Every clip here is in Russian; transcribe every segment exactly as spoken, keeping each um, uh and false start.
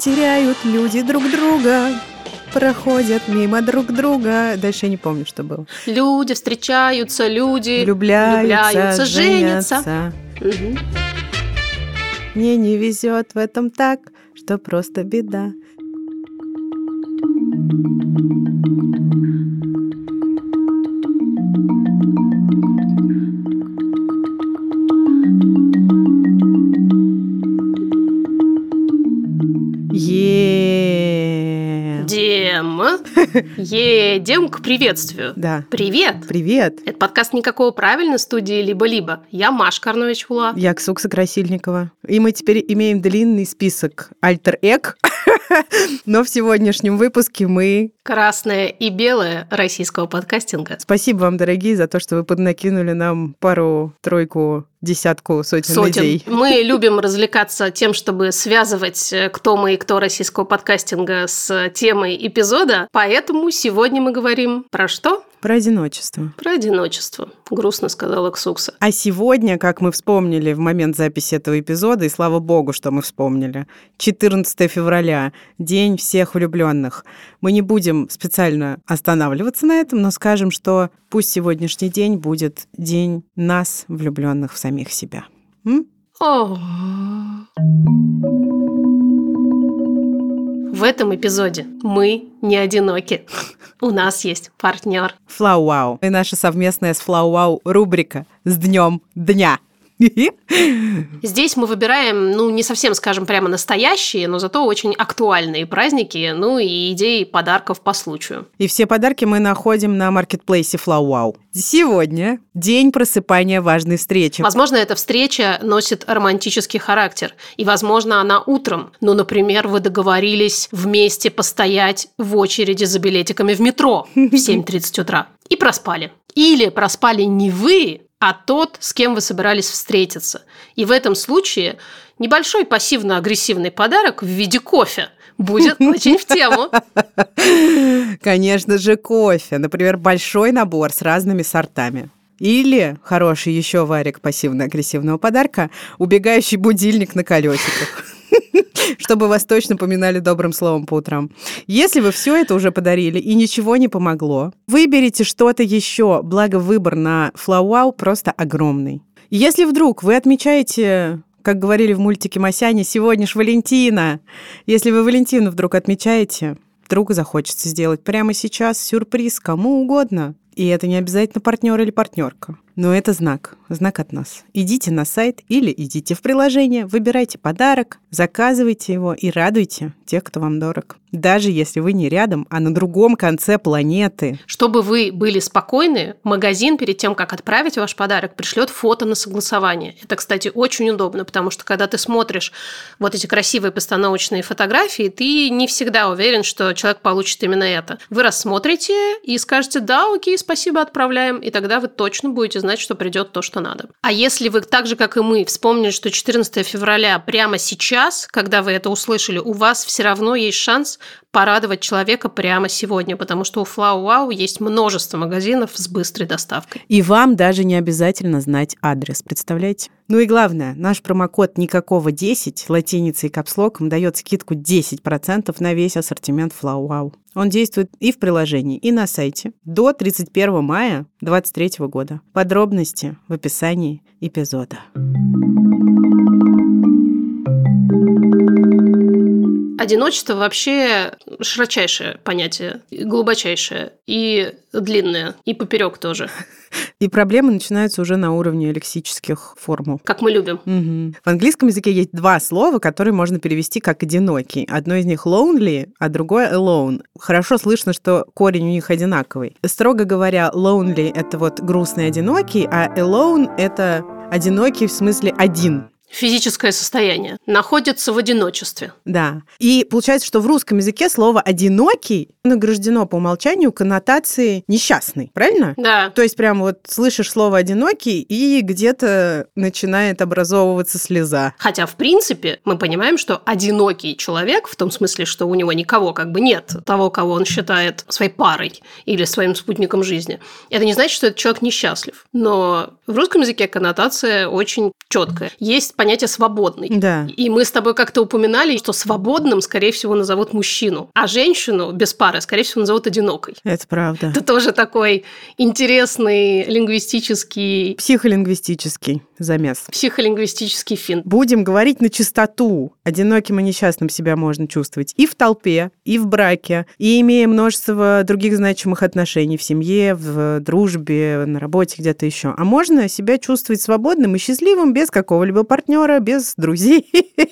Теряют люди друг друга, проходят мимо друг друга. Дальше я не помню, что было. Люди встречаются, люди влюбляются, влюбляются женятся. женятся. Угу. Мне не везет в этом так, что просто беда. Едем. Едем к приветствию. Да. Привет. Привет. Это подкаст «Никакого правильно» студии «Либо-либо». Я Машка Арнович-Хула. Я Ксукса Красильникова. И мы теперь имеем длинный список альтер-эг. Но в сегодняшнем выпуске мы... Красное и белое российского подкастинга. Спасибо вам, дорогие, за то, что вы поднакинули нам пару-тройку, десятку, сотен, сотен людей. Мы любим развлекаться тем, чтобы связывать, кто мы и кто российского подкастинга с темой эпизода. Поэтому сегодня мы говорим про что? Про одиночество. Про одиночество. Грустно сказала Ксукса. А сегодня, как мы вспомнили в момент записи этого эпизода, и слава богу, что мы вспомнили, четырнадцатое февраля, День всех влюбленных. Мы не будем специально останавливаться на этом, но скажем, что пусть сегодняшний день будет день нас, влюбленных в самих себя. М? О. В этом эпизоде мы не одиноки. У нас есть партнер. FlowWow. И наша совместная с FlowWow рубрика «С днем дня». Здесь мы выбираем, ну, не совсем, скажем, прямо настоящие, но зато очень актуальные праздники, ну, и идеи подарков по случаю. И все подарки мы находим на маркетплейсе FlowWow. Сегодня день просыпания важной встречи. Возможно, эта встреча носит романтический характер, и, возможно, она утром. Ну, например, вы договорились вместе постоять в очереди за билетиками в метро в семь тридцать утра и проспали. Или проспали не вы, а тот, с кем вы собирались встретиться. И в этом случае небольшой пассивно-агрессивный подарок в виде кофе будет очень в тему. Конечно же, кофе. Например, большой набор с разными сортами. Или хороший еще варик пассивно-агрессивного подарка – убегающий будильник на колесиках. Чтобы вас точно поминали добрым словом по утрам. Если вы все это уже подарили и ничего не помогло, выберите что-то еще, благо выбор на FlowWow просто огромный. Если вдруг вы отмечаете, как говорили в мультике «Масяня», сегодня ж Валентина, если вы Валентину вдруг отмечаете, вдруг захочется сделать прямо сейчас сюрприз кому угодно. И это не обязательно партнер или партнерка. Но это знак, знак от нас. Идите на сайт или идите в приложение, выбирайте подарок, заказывайте его и радуйте тех, кто вам дорог. Даже если вы не рядом, а на другом конце планеты. Чтобы вы были спокойны, магазин перед тем, как отправить ваш подарок, пришлет фото на согласование. Это, кстати, очень удобно, потому что когда ты смотришь вот эти красивые постановочные фотографии, ты не всегда уверен, что человек получит именно это. Вы рассмотрите и скажете: да, окей, спасибо, отправляем, и тогда вы точно будете знать, что придет то, что надо. А если вы так же, как и мы, вспомнили, что четырнадцатое февраля прямо сейчас, когда вы это услышали, у вас все равно есть шанс порадовать человека прямо сегодня, потому что у FlowWow есть множество магазинов с быстрой доставкой. И вам даже не обязательно знать адрес, представляете? Ну и главное, наш промокод «Никакого десять» латиницей и капслоком дает скидку десять процентов на весь ассортимент FlowWow. Он действует и в приложении, и на сайте до тридцать первого мая две тысячи двадцать третьего года. Подробности в описании эпизода. Одиночество вообще широчайшее понятие, глубочайшее и длинное, и поперек тоже. И проблемы начинаются уже на уровне лексических формул. Как мы любим. Угу. В английском языке есть два слова, которые можно перевести как «одинокий». Одно из них lonely, а другое alone. Хорошо слышно, что корень у них одинаковый. Строго говоря, lonely — это вот грустный, одинокий, а alone — это одинокий в смысле один. Физическое состояние. Находится в одиночестве. Да. И получается, что в русском языке слово «одинокий» награждено по умолчанию коннотацией «несчастный». Правильно? Да. То есть прям вот слышишь слово «одинокий», и где-то начинает образовываться слеза. Хотя, в принципе, мы понимаем, что одинокий человек, в том смысле, что у него никого как бы нет, того, кого он считает своей парой или своим спутником жизни, это не значит, что этот человек несчастлив. Но в русском языке коннотация очень четкая. Есть понятие «свободный». Да. И мы с тобой как-то упоминали, что свободным, скорее всего, назовут мужчину, а женщину без пары, скорее всего, назовут одинокой. Это правда. Это тоже такой интересный лингвистический... Психолингвистический замес. Психолингвистический финт. Будем говорить на чистоту. Одиноким и несчастным себя можно чувствовать и в толпе, и в браке, и имея множество других значимых отношений в семье, в дружбе, на работе, где-то еще. А можно себя чувствовать свободным и счастливым без какого-либо партнера, без друзей.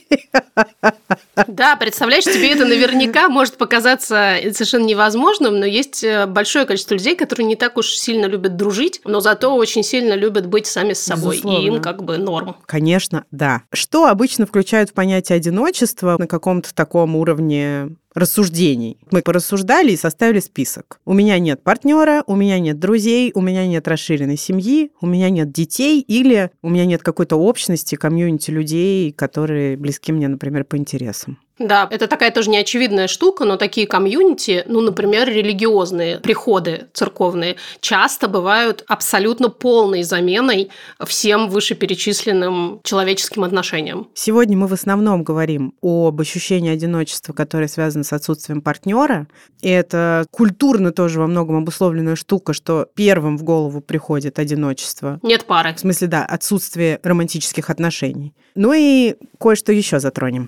Да, представляешь, тебе это наверняка может показаться совершенно невозможным, но есть большое количество людей, которые не так уж сильно любят дружить, но зато очень сильно любят быть сами с собой, Безусловно. И им как бы норм. Конечно, да. Что обычно включают в понятие одиночества на каком-то таком уровне рассуждений? Мы порассуждали и составили список. У меня нет партнера, у меня нет друзей, у меня нет расширенной семьи, у меня нет детей или у меня нет какой-то общности, комьюнити людей, которые близки мне, например, по интересам. Да, это такая тоже неочевидная штука, но такие комьюнити, ну, например, религиозные приходы церковные, часто бывают абсолютно полной заменой всем вышеперечисленным человеческим отношениям. Сегодня мы в основном говорим об ощущении одиночества, которое связано с отсутствием партнера. И это культурно тоже во многом обусловленная штука, что первым в голову приходит одиночество. Нет пары. В смысле, да, отсутствие романтических отношений. Ну и кое-что еще затронем.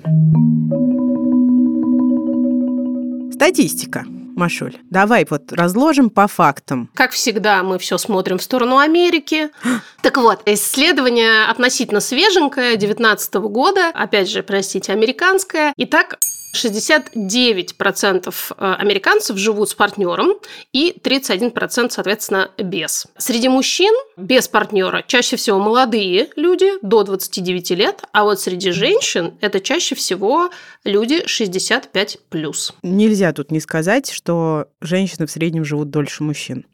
Статистика. Машуль, давай вот разложим по фактам. Как всегда, мы все смотрим в сторону Америки. Так вот, исследование относительно свеженькое, две тысячи девятнадцатого года, опять же, простите, американское. Итак, шестьдесят девять процентов американцев живут с партнером и тридцать один процент, соответственно, без. Среди мужчин без партнера чаще всего молодые люди до двадцати девяти лет, а вот среди женщин это чаще всего люди шестьдесят пять плюс. Нельзя тут не сказать, что женщины в среднем живут дольше мужчин.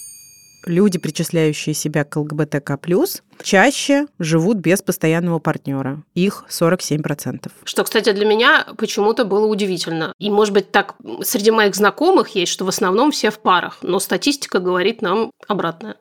Люди, причисляющие себя к эл гэ бэ тэ ка плюс, чаще живут без постоянного партнера. Их сорок семь процентов. Что, кстати, для меня почему-то было удивительно. И, может быть, так среди моих знакомых есть, что в основном все в парах, но статистика говорит нам обратное.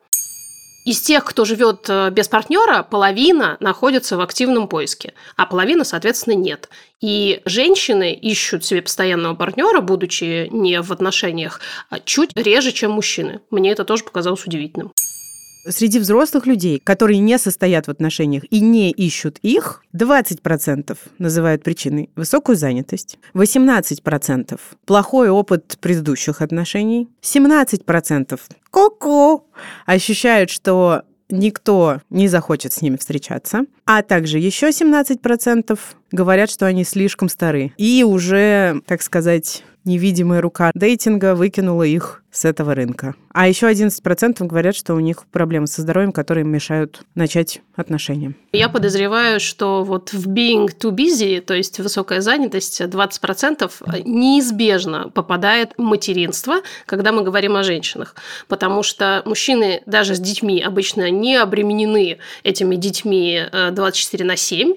Из тех, кто живет без партнера, половина находится в активном поиске, а половина, соответственно, нет. И женщины ищут себе постоянного партнера, будучи не в отношениях, чуть реже, чем мужчины. Мне это тоже показалось удивительным. Среди взрослых людей, которые не состоят в отношениях и не ищут их, двадцать процентов называют причиной высокую занятость, восемнадцать процентов плохой опыт предыдущих отношений, семнадцать процентов ку-ку ощущают, что никто не захочет с ними встречаться, а также еще семнадцать процентов говорят, что они слишком стары. И уже, так сказать, невидимая рука дейтинга выкинула их с этого рынка. А еще одиннадцать процентов говорят, что у них проблемы со здоровьем, которые им мешают начать отношения. Я подозреваю, что вот в being too busy, то есть высокая занятость, двадцать процентов неизбежно попадает материнство, когда мы говорим о женщинах. Потому что мужчины даже с детьми обычно не обременены этими детьми двадцать четыре на семь.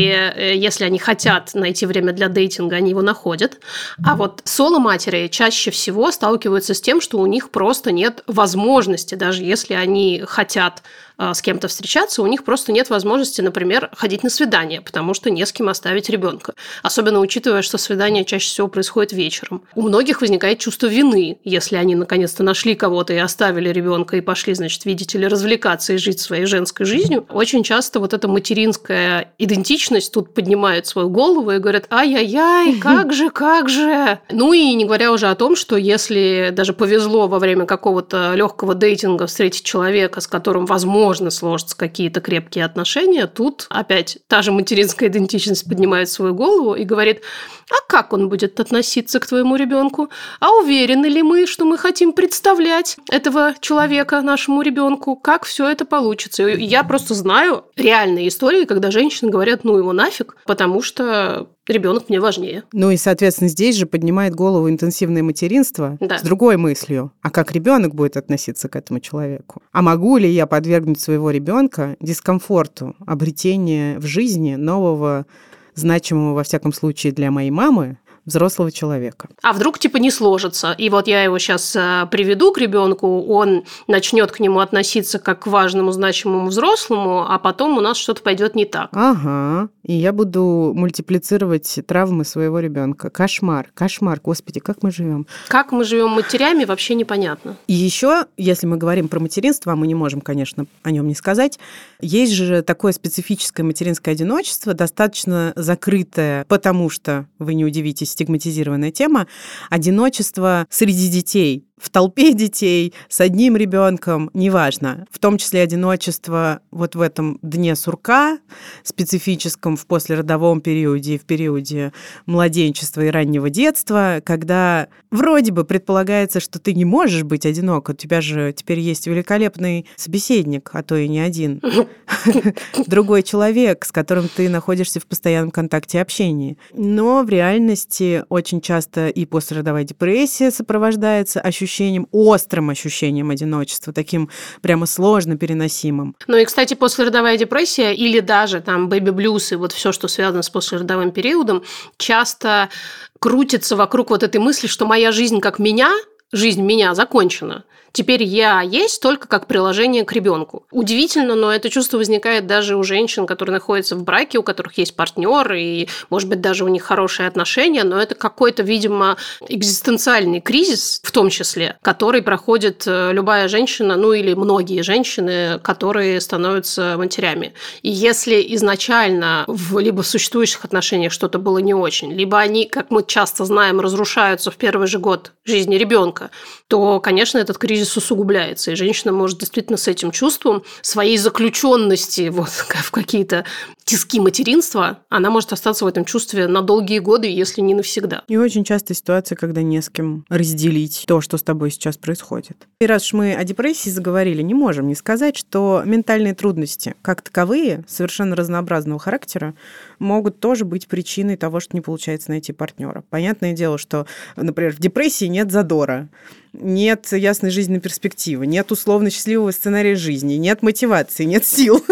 И если они хотят найти время для дейтинга, они его находят. А вот соло-матери чаще всего сталкиваются с тем, что у них просто нет возможности, даже если они хотят с кем-то встречаться, у них просто нет возможности, например, ходить на свидание, потому что не с кем оставить ребенка. Особенно учитывая, что свидание чаще всего происходит вечером. У многих возникает чувство вины, если они наконец-то нашли кого-то и оставили ребенка и пошли, значит, видите ли, развлекаться и жить своей женской жизнью. Очень часто вот эта материнская идентичность тут поднимает свою голову и говорят: ай-яй-яй, как же, как же. Ну и не говоря уже о том, что если даже повезло во время какого-то легкого дейтинга встретить человека, с которым, возможно, можно сложатся какие-то крепкие отношения, тут опять та же материнская идентичность поднимает свою голову и говорит: а как он будет относиться к твоему ребенку? А уверены ли мы, что мы хотим представлять этого человека нашему ребенку? Как все это получится? И я просто знаю реальные истории, когда женщины говорят: ну его нафиг, потому что ребенок мне важнее. Ну и, соответственно, здесь же поднимает голову интенсивное материнство, да, с другой мыслью: а как ребенок будет относиться к этому человеку? А могу ли я подвергнуть своего ребенка дискомфорту обретения в жизни нового, значимого, во всяком случае, для моей мамы, взрослого человека. А вдруг типа не сложится? И вот я его сейчас приведу к ребенку, он начнет к нему относиться как к важному, значимому взрослому, а потом у нас что-то пойдет не так. Ага. И я буду мультиплицировать травмы своего ребенка. Кошмар, кошмар, господи, как мы живем. Как мы живем матерями, вообще непонятно. И еще, если мы говорим про материнство, а мы не можем, конечно, о нем не сказать, есть же такое специфическое материнское одиночество, достаточно закрытое, потому что, вы не удивитесь, стигматизированная тема, одиночество среди детей, в толпе детей, с одним ребенком, неважно. В том числе одиночество вот в этом дне сурка, специфическом в послеродовом периоде и в периоде младенчества и раннего детства, когда вроде бы предполагается, что ты не можешь быть одинок, у тебя же теперь есть великолепный собеседник, а то и не один, другой человек, с которым ты находишься в постоянном контакте и общении. Но в реальности очень часто и послеродовая депрессия сопровождается ощущением ощущением, острым ощущением одиночества, таким прямо сложно переносимым. Ну и, кстати, послеродовая депрессия или даже там бэби-блюз и вот все, что связано с послеродовым периодом, часто крутится вокруг вот этой мысли, что моя жизнь как меня, жизнь меня закончена. Теперь я есть только как приложение к ребенку. Удивительно, но это чувство возникает даже у женщин, которые находятся в браке, у которых есть партнер, и, может быть, даже у них хорошие отношения, но это какой-то, видимо, экзистенциальный кризис, в том числе, который проходит любая женщина, ну или многие женщины, которые становятся матерями. И если изначально в либо в существующих отношениях что-то было не очень, либо они, как мы часто знаем, разрушаются в первый же год жизни ребенка, то, конечно, этот кризис усугубляется, и женщина может действительно с этим чувством своей заключенности вот в какие-то тиски материнства, она может остаться в этом чувстве на долгие годы, если не навсегда. И очень часто ситуация, когда не с кем разделить то, что с тобой сейчас происходит. И раз уж мы о депрессии заговорили, не можем не сказать, что ментальные трудности, как таковые, совершенно разнообразного характера, могут тоже быть причиной того, что не получается найти партнера. Понятное дело, что, например, в депрессии нет задора, нет ясной жизненной перспективы, нет условно счастливого сценария жизни, нет мотивации, нет сил.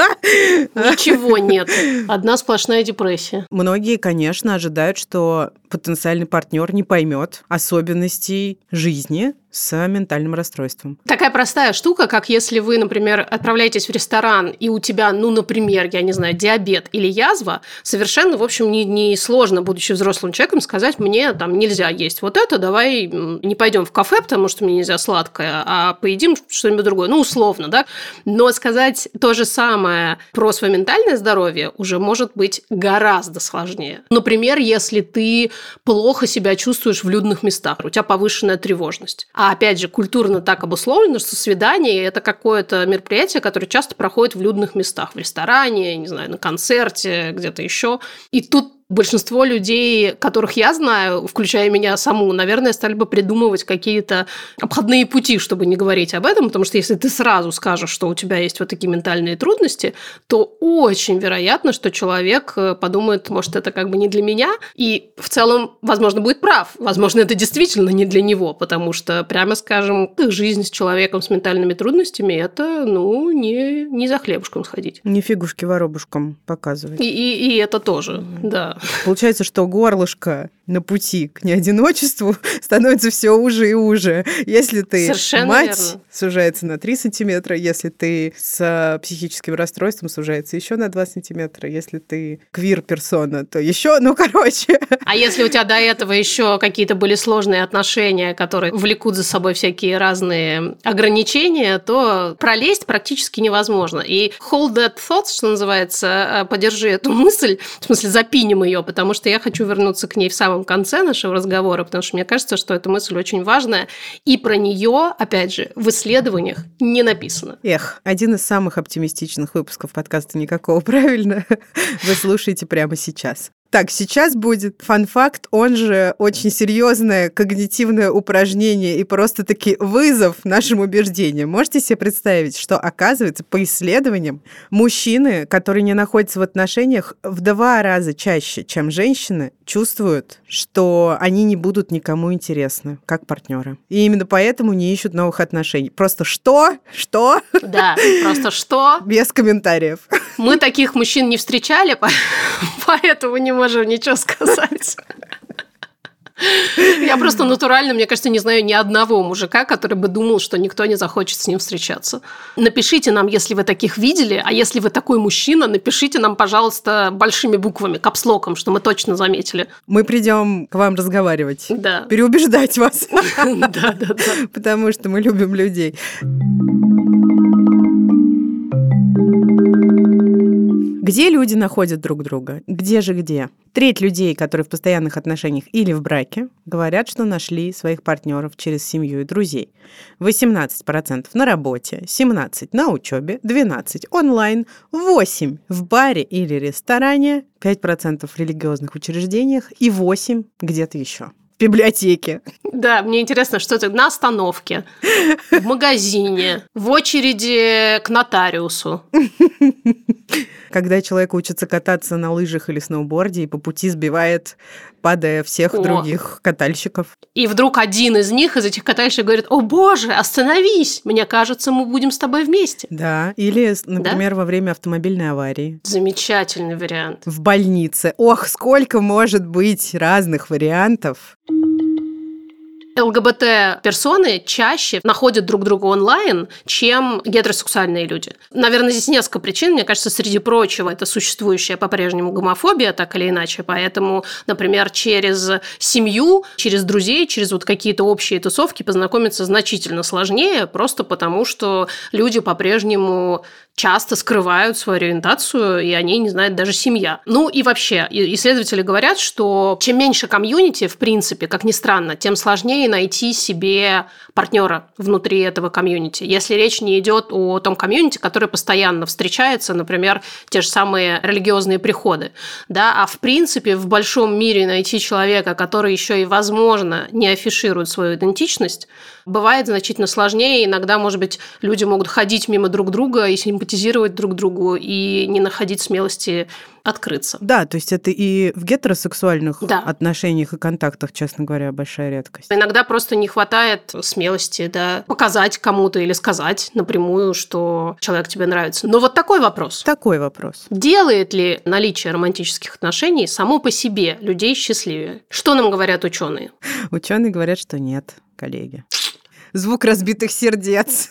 Ничего нет. Одна сплошная депрессия. Многие, конечно, ожидают, что потенциальный партнер не поймет особенностей жизни с ментальным расстройством. Такая простая штука, как если вы, например, отправляетесь в ресторан, и у тебя, ну, например, я не знаю, диабет или язва, совершенно, в общем, не, не сложно, будучи взрослым человеком, сказать, мне там нельзя есть вот это, давай не пойдем в кафе, потому что мне нельзя сладкое, а поедим что-нибудь другое. Ну, условно, да? Но сказать то же самое про свое ментальное здоровье уже может быть гораздо сложнее. Например, если ты плохо себя чувствуешь в людных местах, у тебя повышенная тревожность. А опять же, культурно так обусловлено, что свидание – это какое-то мероприятие, которое часто проходит в людных местах, в ресторане, не знаю, на концерте, где-то еще. И тут большинство людей, которых я знаю, включая меня саму, наверное, стали бы придумывать какие-то обходные пути, чтобы не говорить об этом, потому что если ты сразу скажешь, что у тебя есть вот такие ментальные трудности, то очень вероятно, что человек подумает, может, это как бы не для меня, и в целом, возможно, будет прав. Возможно, это действительно не для него, потому что, прямо скажем, жизнь с человеком с ментальными трудностями – это, ну, не, не за хлебушком сходить. Не фигушки-воробушкам показывать. И, и, и это тоже, mm-hmm. да. Получается, что горлышко на пути к неодиночеству становится все уже и уже. Если ты Совершенно мать, верно. Сужается на три сантиметра. Если ты с психическим расстройством, сужается еще на два сантиметра. Если ты квир-персона, то еще, ну, короче. А если у тебя до этого еще какие-то были сложные отношения, которые влекут за собой всякие разные ограничения, то пролезть практически невозможно. И hold that thought, что называется, подержи эту мысль, в смысле, запинем ее, потому что я хочу вернуться к ней в самом конце нашего разговора, потому что мне кажется, что эта мысль очень важная, и про нее, опять же, в исследованиях не написано. Эх, один из самых оптимистичных выпусков подкаста «Никакого правильно» вы слушаете прямо сейчас. Так, сейчас будет фан-факт, он же очень серьезное когнитивное упражнение и просто-таки вызов нашим убеждениям. Можете себе представить, что, оказывается, по исследованиям, мужчины, которые не находятся в отношениях, в два раза чаще, чем женщины, чувствуют, что они не будут никому интересны, как партнеры. И именно поэтому не ищут новых отношений. Просто что? Что? Да, просто что? Без комментариев. Мы таких мужчин не встречали, поэтому не можем ничего сказать. просто натурально, мне кажется, не знаю ни одного мужика, который бы думал, что никто не захочет с ним встречаться. Напишите нам, если вы таких видели, а если вы такой мужчина, напишите нам, пожалуйста, большими буквами, капслоком, что мы точно заметили. Мы придем к вам разговаривать. Да. Переубеждать вас. Да, да, да. Потому что мы любим людей. Где люди находят друг друга? Где же где? Треть людей, которые в постоянных отношениях или в браке, говорят, что нашли своих партнеров через семью и друзей. восемнадцать процентов на работе, семнадцать процентов на учебе, двенадцать процентов онлайн, восемь процентов в баре или ресторане, пять процентов в религиозных учреждениях и восемь процентов где-то еще. В библиотеке. Да, мне интересно, что это на остановке, в магазине, в очереди к нотариусу. Когда человек учится кататься на лыжах или сноуборде и по пути сбивает, падая, всех О. других катальщиков. И вдруг один из них, из этих катальщиков, говорит: «О боже, остановись! Мне кажется, мы будем с тобой вместе». Да, или, например, да? во время автомобильной аварии. Замечательный вариант. В больнице. Ох, сколько может быть разных вариантов. ЛГБТ-персоны чаще находят друг друга онлайн, чем гетеросексуальные люди. Наверное, здесь несколько причин. Мне кажется, среди прочего, это существующая по-прежнему гомофобия, так или иначе. Поэтому, например, через семью, через друзей, через вот какие-то общие тусовки познакомиться значительно сложнее, просто потому что люди по-прежнему часто скрывают свою ориентацию, и они не знают даже семья. Ну и вообще, исследователи говорят, что чем меньше комьюнити, в принципе, как ни странно, тем сложнее найти себе партнера внутри этого комьюнити. Если речь не идет о том комьюнити, который постоянно встречается, например, те же самые религиозные приходы. Да? А в принципе, в большом мире найти человека, который еще и, возможно, не афиширует свою идентичность, бывает значительно сложнее. Иногда, может быть, люди могут ходить мимо друг друга и симпатизировать друг другу, и не находить смелости открыться. Да, то есть это и в гетеросексуальных да. отношениях и контактах, честно говоря, большая редкость. Иногда просто не хватает смелости, да, показать кому-то или сказать напрямую, что человек тебе нравится. Но вот такой вопрос. Такой вопрос. Делает ли наличие романтических отношений само по себе людей счастливее? Что нам говорят ученые? Ученые говорят, что нет, коллеги. Звук разбитых сердец.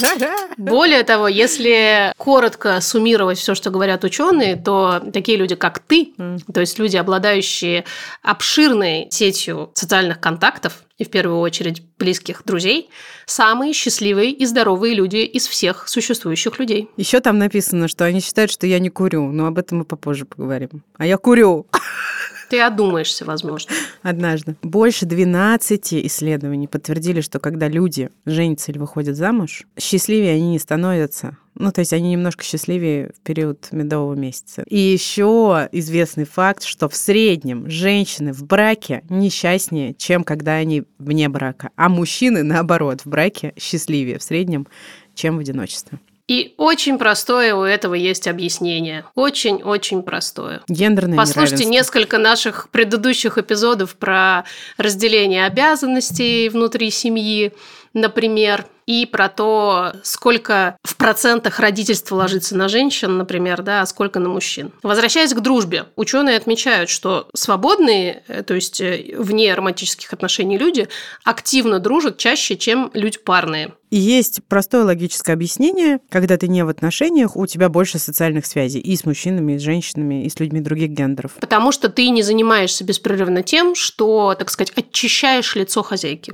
Более того, если коротко суммировать все, что говорят ученые, то такие люди, как ты, mm. то есть люди, обладающие обширной сетью социальных контактов, и в первую очередь близких друзей, самые счастливые и здоровые люди из всех существующих людей. Еще там написано, что они считают, что я не курю, но об этом мы попозже поговорим. А я курю. Ты одумаешься, возможно. Однажды. Больше двенадцати исследований подтвердили, что когда люди женятся или выходят замуж, счастливее они не становятся. Ну, то есть они немножко счастливее в период медового месяца. И еще известный факт, что в среднем женщины в браке несчастнее, чем когда они вне брака. А мужчины, наоборот, в браке счастливее в среднем, чем в одиночестве. И очень простое у этого есть объяснение. Очень-очень простое. Гендерное Послушайте неравенство. Несколько наших предыдущих эпизодов про разделение обязанностей внутри семьи, например, и про то, сколько в процентах родительства ложится на женщин, например, да, а сколько на мужчин. Возвращаясь к дружбе, ученые отмечают, что свободные, то есть вне романтических отношений люди, активно дружат чаще, чем люди парные. И есть простое логическое объяснение, когда ты не в отношениях, у тебя больше социальных связей и с мужчинами, и с женщинами, и с людьми других гендеров. Потому что ты не занимаешься беспрерывно тем, что, так сказать, очищаешь лицо хозяйки.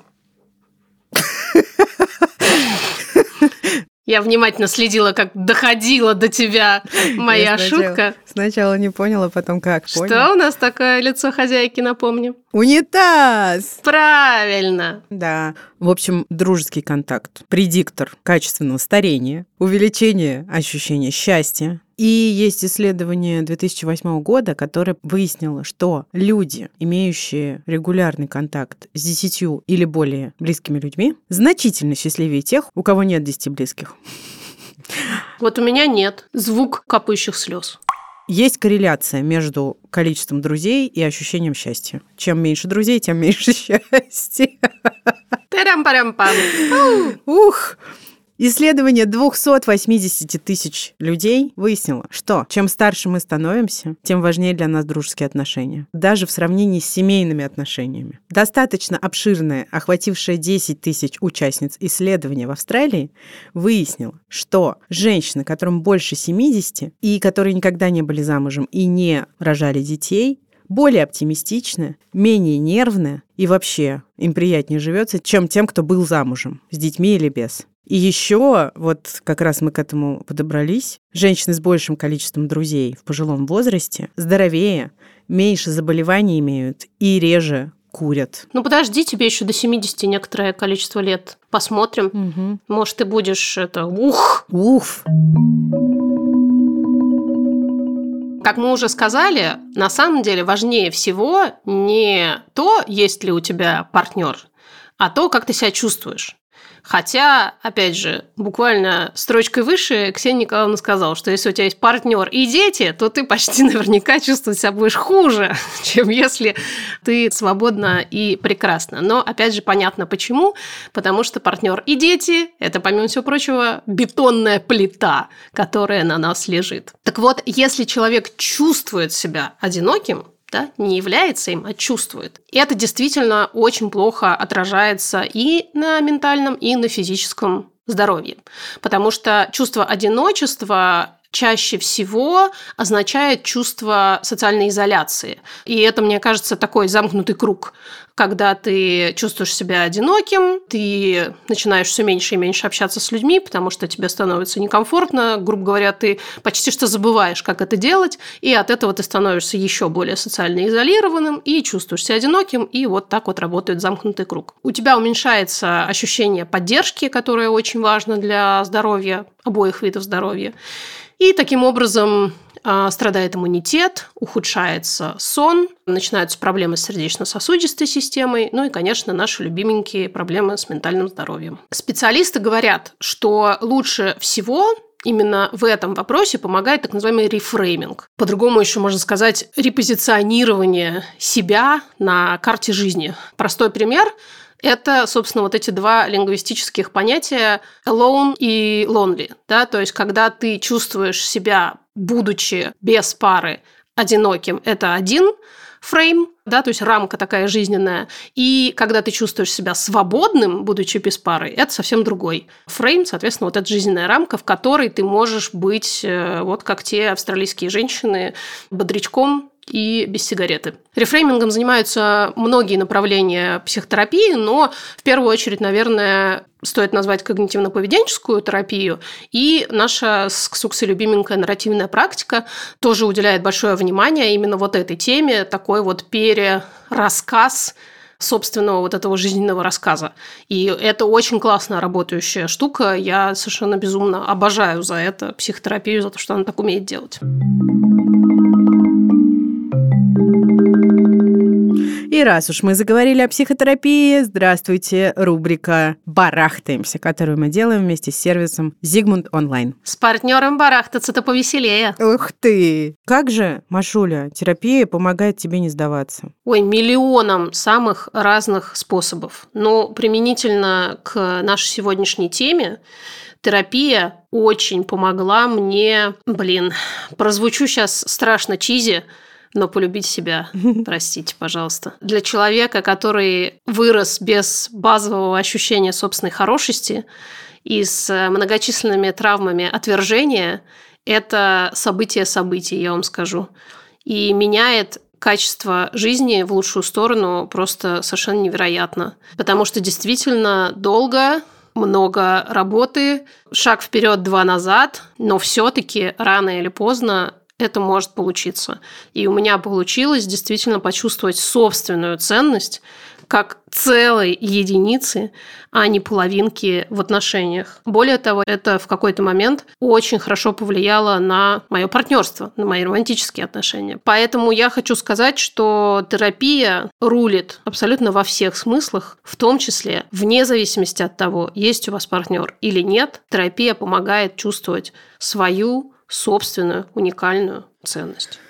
Я внимательно следила, как доходила до тебя моя Я сначала, шутка. Сначала не поняла, потом как Что понял. у нас такое лицо хозяйки, напомню? Унитаз! Правильно! Да. В общем, дружеский контакт. Предиктор качественного старения, увеличение ощущения счастья. И есть исследование две тысячи восьмого года, которое выяснило, что люди, имеющие регулярный контакт с десятью или более близкими людьми, значительно счастливее тех, у кого нет десяти близких. Вот у меня нет. Звук капающих слез. Есть корреляция между количеством друзей и ощущением счастья. Чем меньше друзей, тем меньше счастья. Тарам-парам-пам. Ух! Исследование двести восемьдесят тысяч людей выяснило, что чем старше мы становимся, тем важнее для нас дружеские отношения, даже в сравнении с семейными отношениями. Достаточно обширное, охватившее десять тысяч участниц исследования в Австралии, выяснило, что женщины, которым больше семидесяти и которые никогда не были замужем и не рожали детей, более оптимистичны, менее нервны и вообще им приятнее живется, чем тем, кто был замужем, с детьми или без. И еще, вот как раз мы к этому подобрались, женщины с большим количеством друзей в пожилом возрасте здоровее, меньше заболеваний имеют и реже курят. Ну подожди, тебе еще до семидесяти некоторое количество лет. Посмотрим. Угу. Может, ты будешь это... Ух! Уф! Как мы уже сказали, на самом деле важнее всего не то, есть ли у тебя партнер, а то, как ты себя чувствуешь. Хотя, опять же, буквально строчкой выше Ксения Николаевна сказала, что если у тебя есть партнер и дети, то ты почти наверняка чувствовать себя будешь хуже, чем если ты свободна и прекрасна. Но, опять же, понятно почему. Потому что партнер и дети – это, помимо всего прочего, бетонная плита, которая на нас лежит. Так вот, если человек чувствует себя одиноким, да, не является им, а чувствует. И это действительно очень плохо отражается и на ментальном, и на физическом здоровье. Потому что чувство одиночества чаще всего означает чувство социальной изоляции. И это, мне кажется, такой замкнутый круг. Когда ты чувствуешь себя одиноким, ты начинаешь все меньше и меньше общаться с людьми, потому что тебе становится некомфортно. Грубо говоря, ты почти что забываешь, как это делать, и от этого ты становишься еще более социально изолированным и чувствуешь себя одиноким, и вот так вот работает замкнутый круг. У тебя уменьшается ощущение поддержки, которое очень важно для здоровья, обоих видов здоровья. И таким образом страдает иммунитет, ухудшается сон, начинаются проблемы с сердечно-сосудистой системой, ну и, конечно, наши любименькие проблемы с ментальным здоровьем. Специалисты говорят, что лучше всего именно в этом вопросе помогает так называемый рефрейминг. По-другому еще можно сказать репозиционирование себя на карте жизни. Простой пример – это, собственно, вот эти два лингвистических понятия alone и lonely. Да? То есть, когда ты чувствуешь себя, будучи без пары, одиноким, это один фрейм, да, то есть рамка такая жизненная. И когда ты чувствуешь себя свободным, будучи без пары, это совсем другой фрейм, соответственно, вот эта жизненная рамка, в которой ты можешь быть, вот как те австралийские женщины, бодрячком и без сигареты. Рефреймингом занимаются многие направления психотерапии, но в первую очередь, наверное, стоит назвать когнитивно-поведенческую терапию, и наша с Ксуксой любименькая нарративная практика тоже уделяет большое внимание именно вот этой теме, такой вот перерассказ собственного вот этого жизненного рассказа. И это очень классно работающая штука. Я совершенно безумно обожаю за это психотерапию, за то, что она так умеет делать. И раз уж мы заговорили о психотерапии, здравствуйте, рубрика «Барахтаемся», которую мы делаем вместе с сервисом Zigmund Online. С партнером барахтаться-то повеселее. Ух ты! Как же, Машуля, терапия помогает тебе не сдаваться? Ой, миллионам самых разных способов. Но применительно к нашей сегодняшней теме, терапия очень помогла мне, блин, прозвучу сейчас страшно чизи, но полюбить себя, простите, пожалуйста. Для человека, который вырос без базового ощущения собственной хорошести и с многочисленными травмами отвержения, это событие событий, я вам скажу. И меняет качество жизни в лучшую сторону просто совершенно невероятно. Потому что действительно долго, много работы, шаг вперед, два назад, но все-таки рано или поздно это может получиться. И у меня получилось действительно почувствовать собственную ценность как целой единицы, а не половинки в отношениях. Более того, это в какой-то момент очень хорошо повлияло на мое партнерство, на мои романтические отношения. Поэтому я хочу сказать, что терапия рулит абсолютно во всех смыслах, в том числе вне зависимости от того, есть у вас партнер или нет. Терапия помогает чувствовать свою собственную уникальную ценность.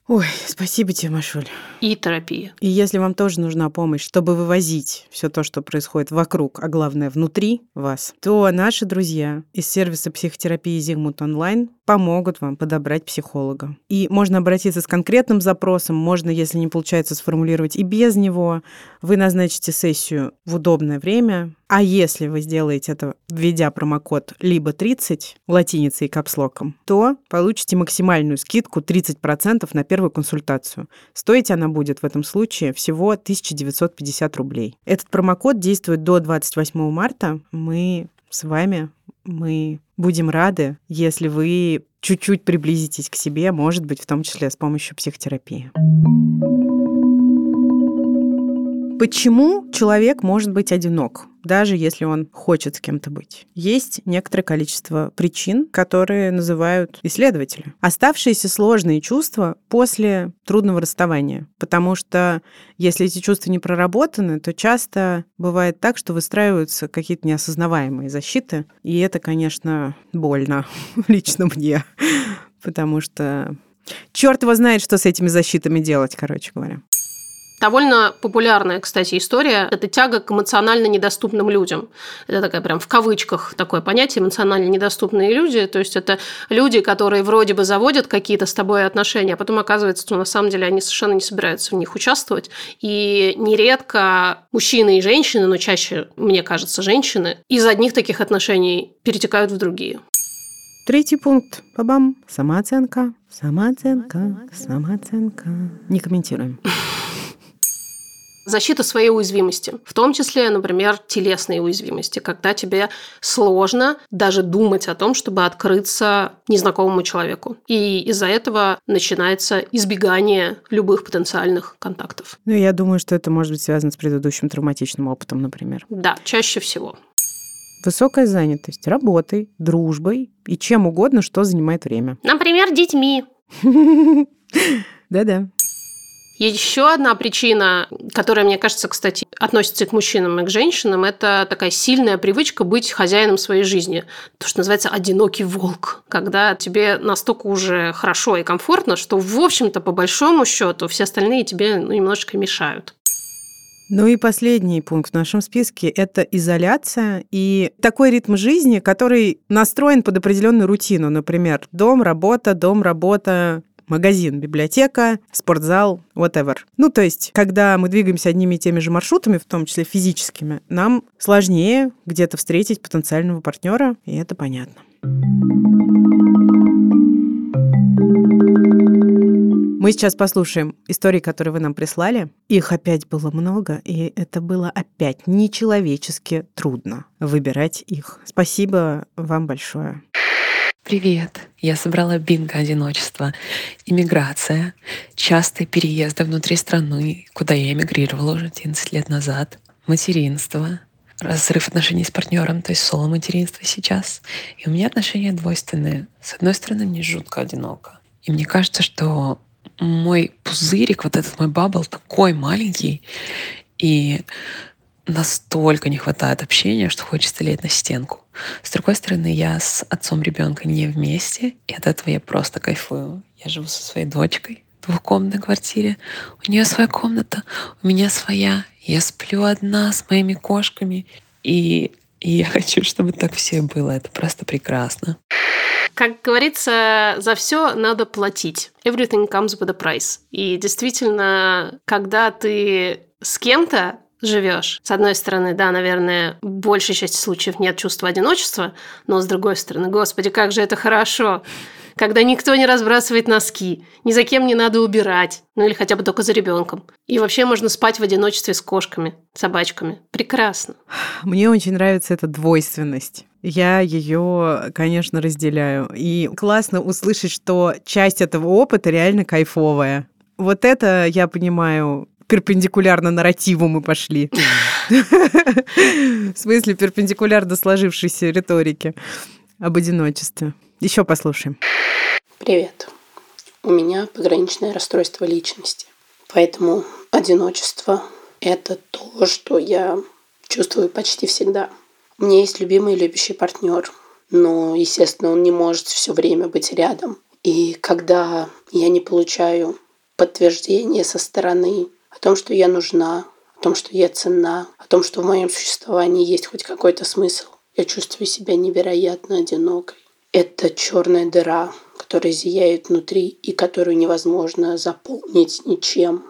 Ой, спасибо тебе, Машуль. И терапия. И если вам тоже нужна помощь, чтобы вывозить все то, что происходит вокруг, а главное внутри вас, то наши друзья из сервиса психотерапии Зигмунд Онлайн помогут вам подобрать психолога. И можно обратиться с конкретным запросом, можно, если не получается сформулировать и без него, вы назначите сессию в удобное время. А если вы сделаете это, введя промокод либо тридцать латиницей и капслоком, то получите максимальную скидку тридцать процентов на первую консультацию. Стоить она будет в этом случае всего тысяча девятьсот пятьдесят рублей. Этот промокод действует до двадцать восьмого марта. Мы с вами, мы будем рады, если вы чуть-чуть приблизитесь к себе, может быть, в том числе с помощью психотерапии. Почему человек может быть одинок, даже если он хочет с кем-то быть? Есть некоторое количество причин, которые называют исследователи. Оставшиеся сложные чувства после трудного расставания. Потому что если эти чувства не проработаны, то часто бывает так, что выстраиваются какие-то неосознаваемые защиты. И это, конечно, больно лично мне. Потому что черт его знает, что с этими защитами делать, короче говоря. Довольно популярная, кстати, история – это тяга к эмоционально недоступным людям. Это такая прям в кавычках такое понятие – эмоционально недоступные люди. То есть это люди, которые вроде бы заводят какие-то с тобой отношения, а потом оказывается, что на самом деле они совершенно не собираются в них участвовать. И нередко мужчины и женщины, но чаще, мне кажется, женщины, из одних таких отношений перетекают в другие. Третий пункт. Бабам. Самооценка. Самооценка. Самооценка. Не комментируем. Защита своей уязвимости, в том числе, например, телесной уязвимости, когда тебе сложно даже думать о том, чтобы открыться незнакомому человеку. И из-за этого начинается избегание любых потенциальных контактов. Ну, я думаю, что это может быть связано с предыдущим травматичным опытом, например. Да, чаще всего. Высокая занятость работой, дружбой и чем угодно, что занимает время. Например, детьми. Да-да. Еще одна причина, которая, мне кажется, кстати, относится и к мужчинам, и к женщинам, это такая сильная привычка быть хозяином своей жизни. То, что называется «одинокий волк». Когда тебе настолько уже хорошо и комфортно, что, в общем-то, по большому счету, все остальные тебе ну, немножечко мешают. Ну и последний пункт в нашем списке – это изоляция и такой ритм жизни, который настроен под определенную рутину. Например, дом, работа, дом, работа, магазин, библиотека, спортзал, whatever. Ну, то есть, когда мы двигаемся одними и теми же маршрутами, в том числе физическими, нам сложнее где-то встретить потенциального партнера, и это понятно. Мы сейчас послушаем истории, которые вы нам прислали. Их опять было много, и это было опять нечеловечески трудно выбирать их. Спасибо вам большое. Привет! Я собрала бинго одиночества. Иммиграция, частые переезды внутри страны, куда я эмигрировала уже одиннадцать лет назад, материнство, разрыв отношений с партнером, то есть соло-материнство сейчас. И у меня отношения двойственные. С одной стороны, мне жутко одиноко. И мне кажется, что мой пузырик, вот этот мой бабл, такой маленький, и настолько не хватает общения, что хочется лезть на стенку. С другой стороны, я с отцом ребенка не вместе, и от этого я просто кайфую. Я живу со своей дочкой в двухкомнатной квартире. У нее своя комната, у меня своя. Я сплю одна с моими кошками. И, и я хочу, чтобы так все было. Это просто прекрасно. Как говорится, за все надо платить. Everything comes with a price. И действительно, когда ты с кем-то живешь. С одной стороны, да, наверное, в большей части случаев нет чувства одиночества, но с другой стороны, господи, как же это хорошо, когда никто не разбрасывает носки, ни за кем не надо убирать, ну или хотя бы только за ребенком. И вообще можно спать в одиночестве с кошками, собачками. Прекрасно. Мне очень нравится эта двойственность. Я ее, конечно, разделяю. И классно услышать, что часть этого опыта реально кайфовая. Вот это я понимаю. Перпендикулярно нарративу мы пошли. В смысле, перпендикулярно сложившейся риторике об одиночестве. Еще послушаем. Привет. У меня пограничное расстройство личности. Поэтому одиночество – это то, что я чувствую почти всегда. У меня есть любимый и любящий партнер, но, естественно, он не может все время быть рядом. И когда я не получаю подтверждение со стороны о том, что я нужна, о том, что я ценна, о том, что в моем существовании есть хоть какой-то смысл. Я чувствую себя невероятно одинокой. Это черная дыра, которая зияет внутри и которую невозможно заполнить ничем.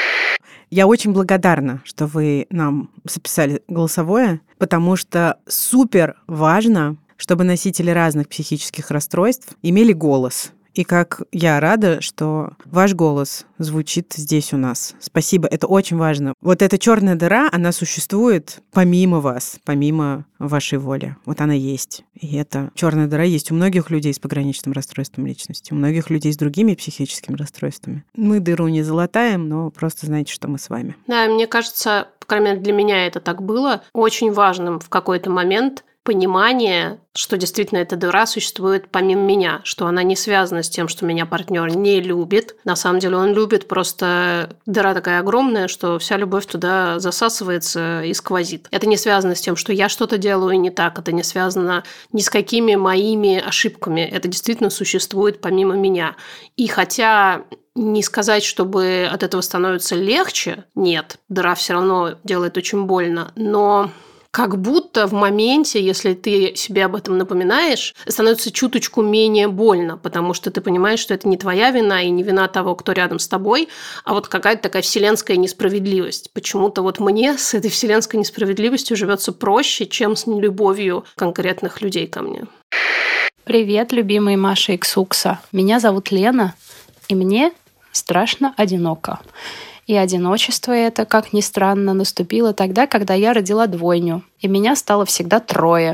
Я очень благодарна, что вы нам записали голосовое, потому что супер важно, чтобы носители разных психических расстройств имели голос. И как я рада, что ваш голос звучит здесь у нас. Спасибо, это очень важно. Вот эта черная дыра, она существует помимо вас, помимо вашей воли. Вот она есть. И эта черная дыра есть у многих людей с пограничным расстройством личности, у многих людей с другими психическими расстройствами. Мы дыру не залатаем, но просто знайте, что мы с вами. Да, мне кажется, по крайней мере, для меня это так было, очень важным в какой-то момент понимание, что действительно эта дыра существует помимо меня, что она не связана с тем, что меня партнер не любит. На самом деле он любит, просто дыра такая огромная, что вся любовь туда засасывается и сквозит. Это не связано с тем, что я что-то делаю не так, это не связано ни с какими моими ошибками. Это действительно существует помимо меня. И хотя не сказать, чтобы от этого становится легче, нет, дыра все равно делает очень больно, но как будто в моменте, если ты себе об этом напоминаешь, становится чуточку менее больно, потому что ты понимаешь, что это не твоя вина и не вина того, кто рядом с тобой, а вот какая-то такая вселенская несправедливость. Почему-то вот мне с этой вселенской несправедливостью живется проще, чем с нелюбовью конкретных людей ко мне. Привет, любимые Маша и Ксукса. Меня зовут Лена, и мне страшно одиноко. И одиночество это, как ни странно, наступило тогда, когда я родила двойню, и меня стало всегда трое.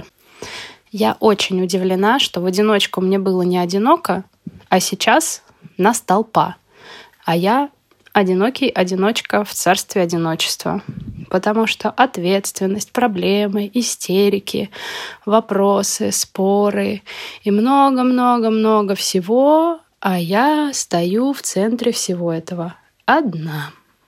Я очень удивлена, что в одиночку мне было не одиноко, а сейчас нас толпа. А я одинокий одиночка в царстве одиночества. Потому что ответственность, проблемы, истерики, вопросы, споры и много-много-много всего, а я стою в центре всего этого одна.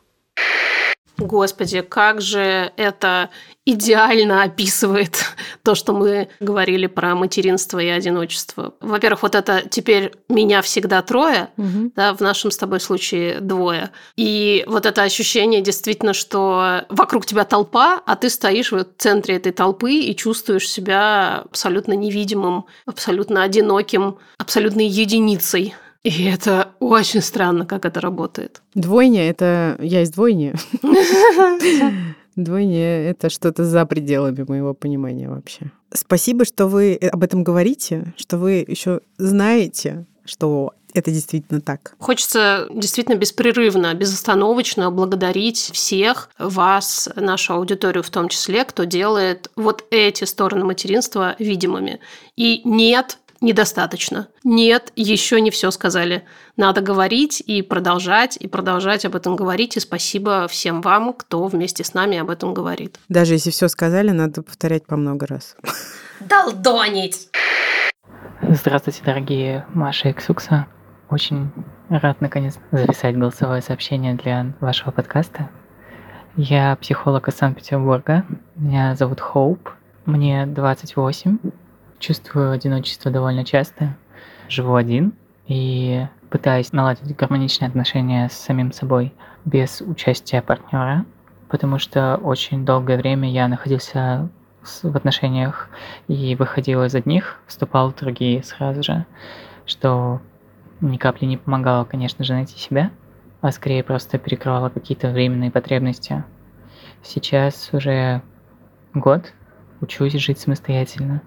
Господи, как же это идеально описывает то, что мы говорили про материнство и одиночество. Во-первых, вот это теперь меня всегда трое, угу. да, в нашем с тобой случае двое. И вот это ощущение действительно, что вокруг тебя толпа, а ты стоишь в центре этой толпы и чувствуешь себя абсолютно невидимым, абсолютно одиноким, абсолютной единицей. И это очень странно, как это работает. Двойня — это я из двойни. Двойня — это что-то за пределами моего понимания вообще. Спасибо, что вы об этом говорите, что вы еще знаете, что это действительно так. Хочется действительно беспрерывно, безостановочно благодарить всех вас, нашу аудиторию в том числе, кто делает вот эти стороны материнства видимыми. И нет, недостаточно. Нет, еще не все сказали. Надо говорить и продолжать, и продолжать об этом говорить. И спасибо всем вам, кто вместе с нами об этом говорит. Даже если все сказали, надо повторять по много раз. Долдонить! Здравствуйте, дорогие Маша и Ксукса. Очень рад, наконец, записать голосовое сообщение для вашего подкаста. Я психолог из Санкт-Петербурга. Меня зовут Хоуп. Мне двадцать восемь. Чувствую одиночество довольно часто. Живу один и пытаюсь наладить гармоничные отношения с самим собой без участия партнера, потому что очень долгое время я находился в отношениях и выходил из одних, вступал в другие сразу же, что ни капли не помогало, конечно же, найти себя, а скорее просто перекрывало какие-то временные потребности. Сейчас уже год учусь жить самостоятельно.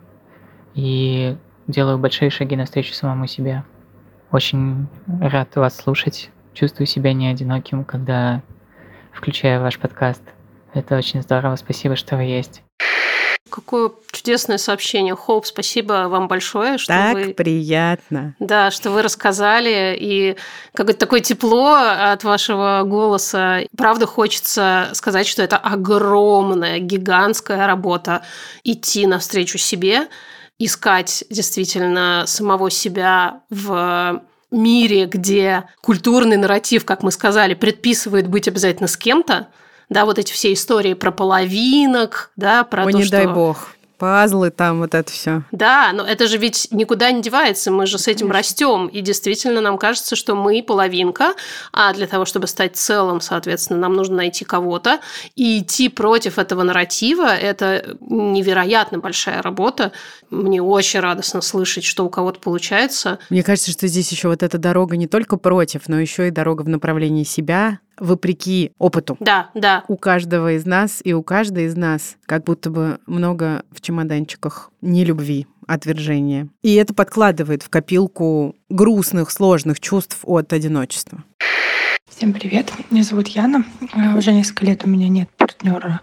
И делаю большие шаги навстречу самому себе. Очень рад вас слушать. Чувствую себя не одиноким, когда включаю ваш подкаст. Это очень здорово. Спасибо, что вы есть. Какое чудесное сообщение. Хоуп, спасибо вам большое, что так вы... Так приятно. Да, что вы рассказали. И какое-то такое тепло от вашего голоса. Правда, хочется сказать, что это огромная, гигантская работа идти навстречу себе, искать действительно самого себя в мире, где культурный нарратив, как мы сказали, предписывает быть обязательно с кем-то. Да, вот эти все истории про половинок, да, про Ой, то, не что... дай бог. пазлы там, вот это все. Да, но это же ведь никуда не девается, мы же с этим растем, и действительно нам кажется, что мы половинка, а для того, чтобы стать целым, соответственно, нам нужно найти кого-то, и идти против этого нарратива – это невероятно большая работа. Мне очень радостно слышать, что у кого-то получается. Мне кажется, что здесь еще вот эта дорога не только против, но еще и дорога в направлении себя, вопреки опыту. Да, да. У каждого из нас и у каждой из нас как будто бы много в чемоданчиках нелюбви, отвержения. И это подкладывает в копилку грустных, сложных чувств от одиночества. Всем привет, меня зовут Яна. Уже несколько лет у меня нет партнера,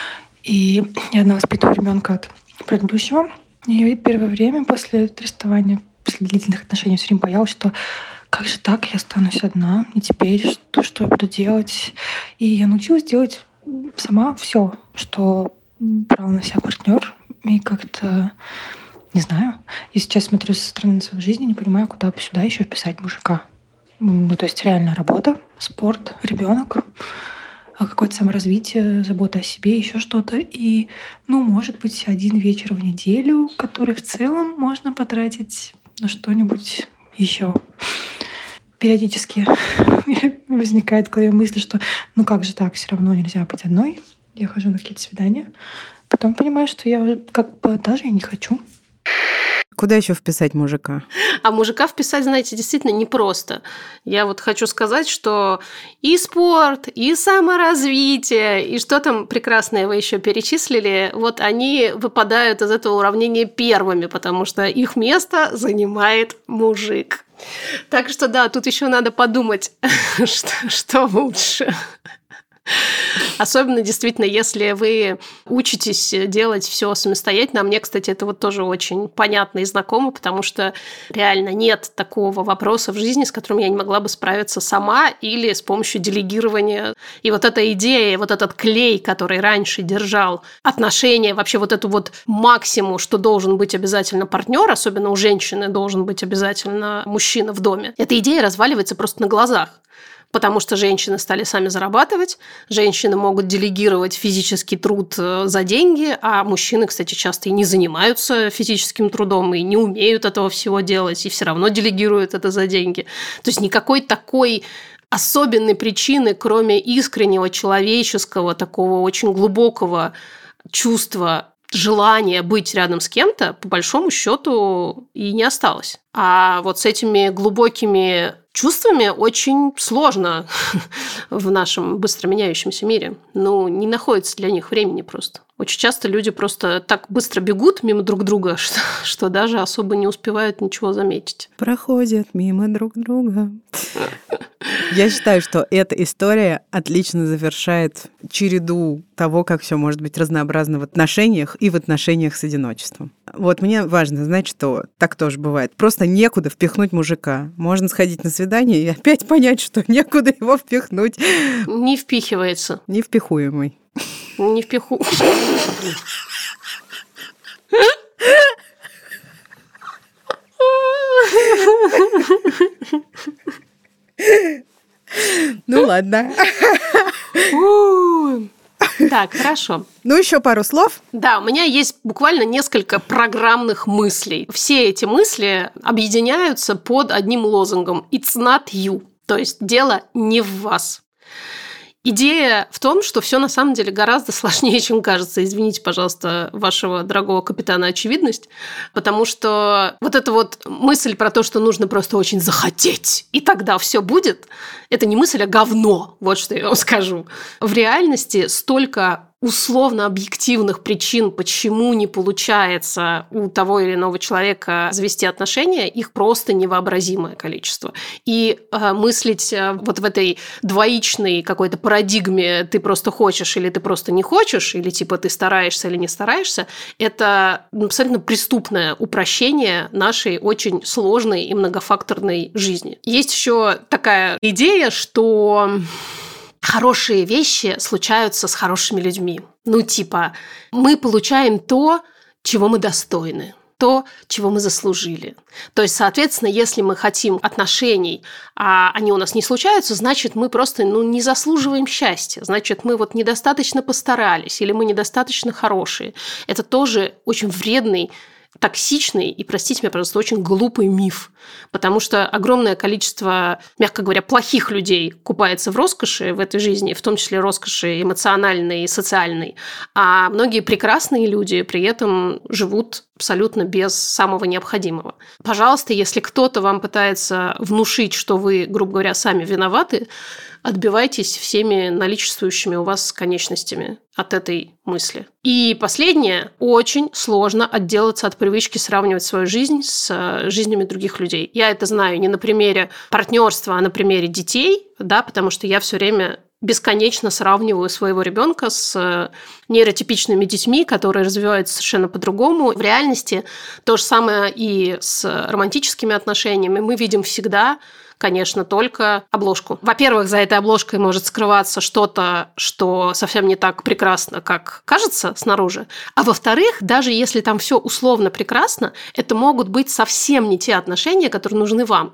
и я одна воспитываю ребенка от предыдущего. И первое время после расставания, после длительных отношений, все время боялась, что как же так, я останусь одна, и теперь что, что я буду делать? И я научилась делать сама все, что брал на себя партнер, и как-то, не знаю, и сейчас смотрю со стороны своей жизни, не понимаю, куда бы сюда еще вписать мужика. Ну, то есть реально работа, спорт, ребенок, какое-то саморазвитие, забота о себе, еще что-то. И, ну, может быть, один вечер в неделю, который в целом можно потратить на что-нибудь еще. Периодически возникает в голове мысль, что ну как же так, все равно нельзя быть одной. Я хожу на какие-то свидания. Потом понимаю, что я как бы даже и не хочу. Куда еще вписать мужика? А мужика вписать, знаете, действительно непросто. Я вот хочу сказать, что и спорт, и саморазвитие, и что там прекрасное вы еще перечислили, вот они выпадают из этого уравнения первыми, потому что их место занимает мужик. Так что да, тут еще надо подумать, что, что лучше. Особенно, действительно, если вы учитесь делать все самостоятельно. А мне, кстати, это вот тоже очень понятно и знакомо, потому что реально нет такого вопроса в жизни, с которым я не могла бы справиться сама или с помощью делегирования. И вот эта идея, вот этот клей, который раньше держал отношения, вообще вот эту вот максимум, что должен быть обязательно партнер, особенно у женщины должен быть обязательно мужчина в доме, эта идея разваливается просто на глазах. Потому что женщины стали сами зарабатывать, женщины могут делегировать физический труд за деньги, а мужчины, кстати, часто и не занимаются физическим трудом, и не умеют этого всего делать, и все равно делегируют это за деньги. То есть никакой такой особенной причины, кроме искреннего, человеческого, такого очень глубокого чувства, желания быть рядом с кем-то, по большому счету, и не осталось. А вот с этими глубокими чувствами очень сложно в нашем быстро меняющемся мире. Ну, не находится для них времени просто. Очень часто люди просто так быстро бегут мимо друг друга, что, что даже особо не успевают ничего заметить. Проходят мимо друг друга. Я считаю, что эта история отлично завершает череду того, как все может быть разнообразно в отношениях и в отношениях с одиночеством. Вот мне важно знать, что так тоже бывает. Просто некуда впихнуть мужика. Можно сходить на свидание и опять понять, что некуда его впихнуть. Не впихивается. Невпихуемый. Не впиху. Ну ладно. Так, хорошо. Ну, еще пару слов. Да, у меня есть буквально несколько программных мыслей. Все эти мысли объединяются под одним лозунгом «It's not you», то есть дело не в вас. Идея в том, что все на самом деле гораздо сложнее, чем кажется. Извините, пожалуйста, вашего дорогого капитана очевидность, потому что вот эта вот мысль про то, что нужно просто очень захотеть, и тогда все будет, это не мысль, а говно, вот что я вам скажу. В реальности столько условно-объективных причин, почему не получается у того или иного человека завести отношения, их просто невообразимое количество. И э, мыслить э, вот в этой двоичной какой-то парадигме «ты просто хочешь» или «ты просто не хочешь», или типа «ты стараешься» или «не стараешься», это абсолютно преступное упрощение нашей очень сложной и многофакторной жизни. Есть еще такая идея, что хорошие вещи случаются с хорошими людьми. Ну, типа, мы получаем то, чего мы достойны. то, чего мы заслужили. То есть, соответственно, если мы хотим отношений, а они у нас не случаются, значит, мы просто ну, не заслуживаем счастья. Значит, мы вот недостаточно постарались или мы недостаточно хорошие. Это тоже очень вредный, токсичный и, простите меня, пожалуйста, очень глупый миф. Потому что огромное количество, мягко говоря, плохих людей купается в роскоши в этой жизни, в том числе роскоши эмоциональной и социальной. А многие прекрасные люди при этом живут абсолютно без самого необходимого. Пожалуйста, если кто-то вам пытается внушить, что вы, грубо говоря, сами виноваты, отбивайтесь всеми наличествующими у вас конечностями от этой мысли. И последнее. Очень сложно отделаться от привычки сравнивать свою жизнь с жизнями других людей. Я это знаю не на примере партнерства, а на примере детей, да, потому что я все время бесконечно сравниваю своего ребенка с нейротипичными детьми, которые развиваются совершенно по-другому. В реальности то же самое и с романтическими отношениями. Мы видим всегда, конечно, только обложку. Во-первых, за этой обложкой может скрываться что-то, что совсем не так прекрасно, как кажется снаружи. А во-вторых, даже если там все условно прекрасно, это могут быть совсем не те отношения, которые нужны вам.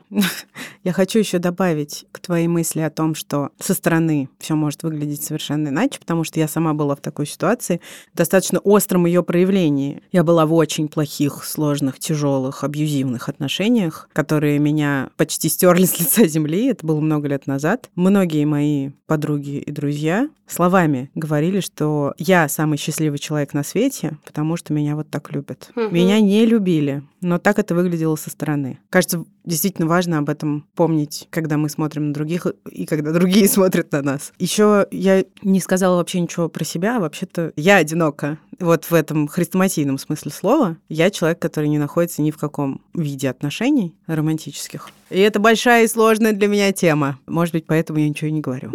Я хочу еще добавить к твоей мысли о том, что со стороны все может выглядеть совершенно иначе, потому что я сама была в такой ситуации, в достаточно остром ее проявлении. Я была в очень плохих, сложных, тяжелых, абьюзивных отношениях, которые меня почти стерли с лица земли. Это было много лет назад. Многие мои подруги и друзья словами говорили, что я самый счастливый человек на свете, потому что меня вот так любят. Угу. Меня не любили, но так это выглядело со стороны. Кажется, действительно важно об этом помнить, когда мы смотрим на других и когда другие смотрят на нас. Еще я не сказала вообще ничего про себя. Вообще-то я одинока. Вот в этом хрестоматийном смысле слова. Я человек, который не находится ни в каком виде отношений романтических. И это большая и сложная для меня тема. Может быть, поэтому я ничего и не говорю.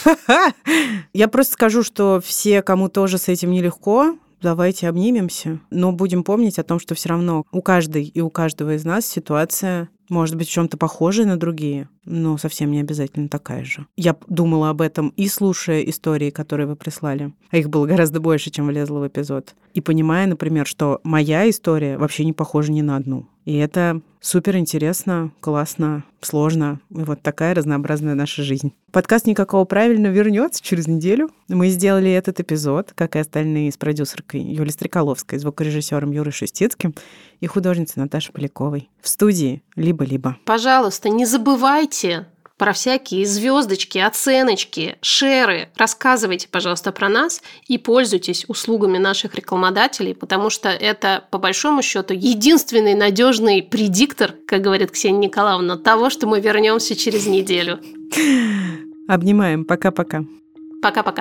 Я просто скажу, что все, кому тоже с этим нелегко, давайте обнимемся, но будем помнить о том, что все равно у каждой и у каждого из нас ситуация может быть в чем-то похожая на другие, но совсем не обязательно такая же. Я думала об этом и слушая истории, которые вы прислали, а их было гораздо больше, чем влезло в эпизод, и понимая, например, что моя история вообще не похожа ни на одну. И это супер интересно, классно, сложно. И вот такая разнообразная наша жизнь. Подкаст «Никакого правильно» вернется через неделю. Мы сделали этот эпизод, как и остальные, с продюсеркой Юлией Стрекаловской, звукорежиссером Юрой Шустицким и художницей Наташей Поляковой. В студии «Либо-либо». Пожалуйста, не забывайте про всякие звездочки, оценочки, шеры. Рассказывайте, пожалуйста, про нас и пользуйтесь услугами наших рекламодателей, потому что это, по большому счету, единственный надежный предиктор, как говорит Ксения Николаевна, того, что мы вернемся через неделю. Обнимаем. Пока-пока. Пока-пока.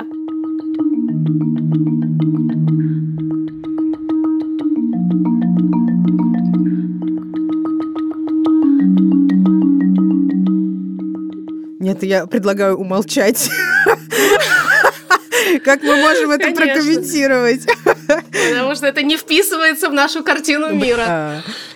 Нет, я предлагаю умолчать. Как мы можем это прокомментировать? Потому что это не вписывается в нашу картину мира.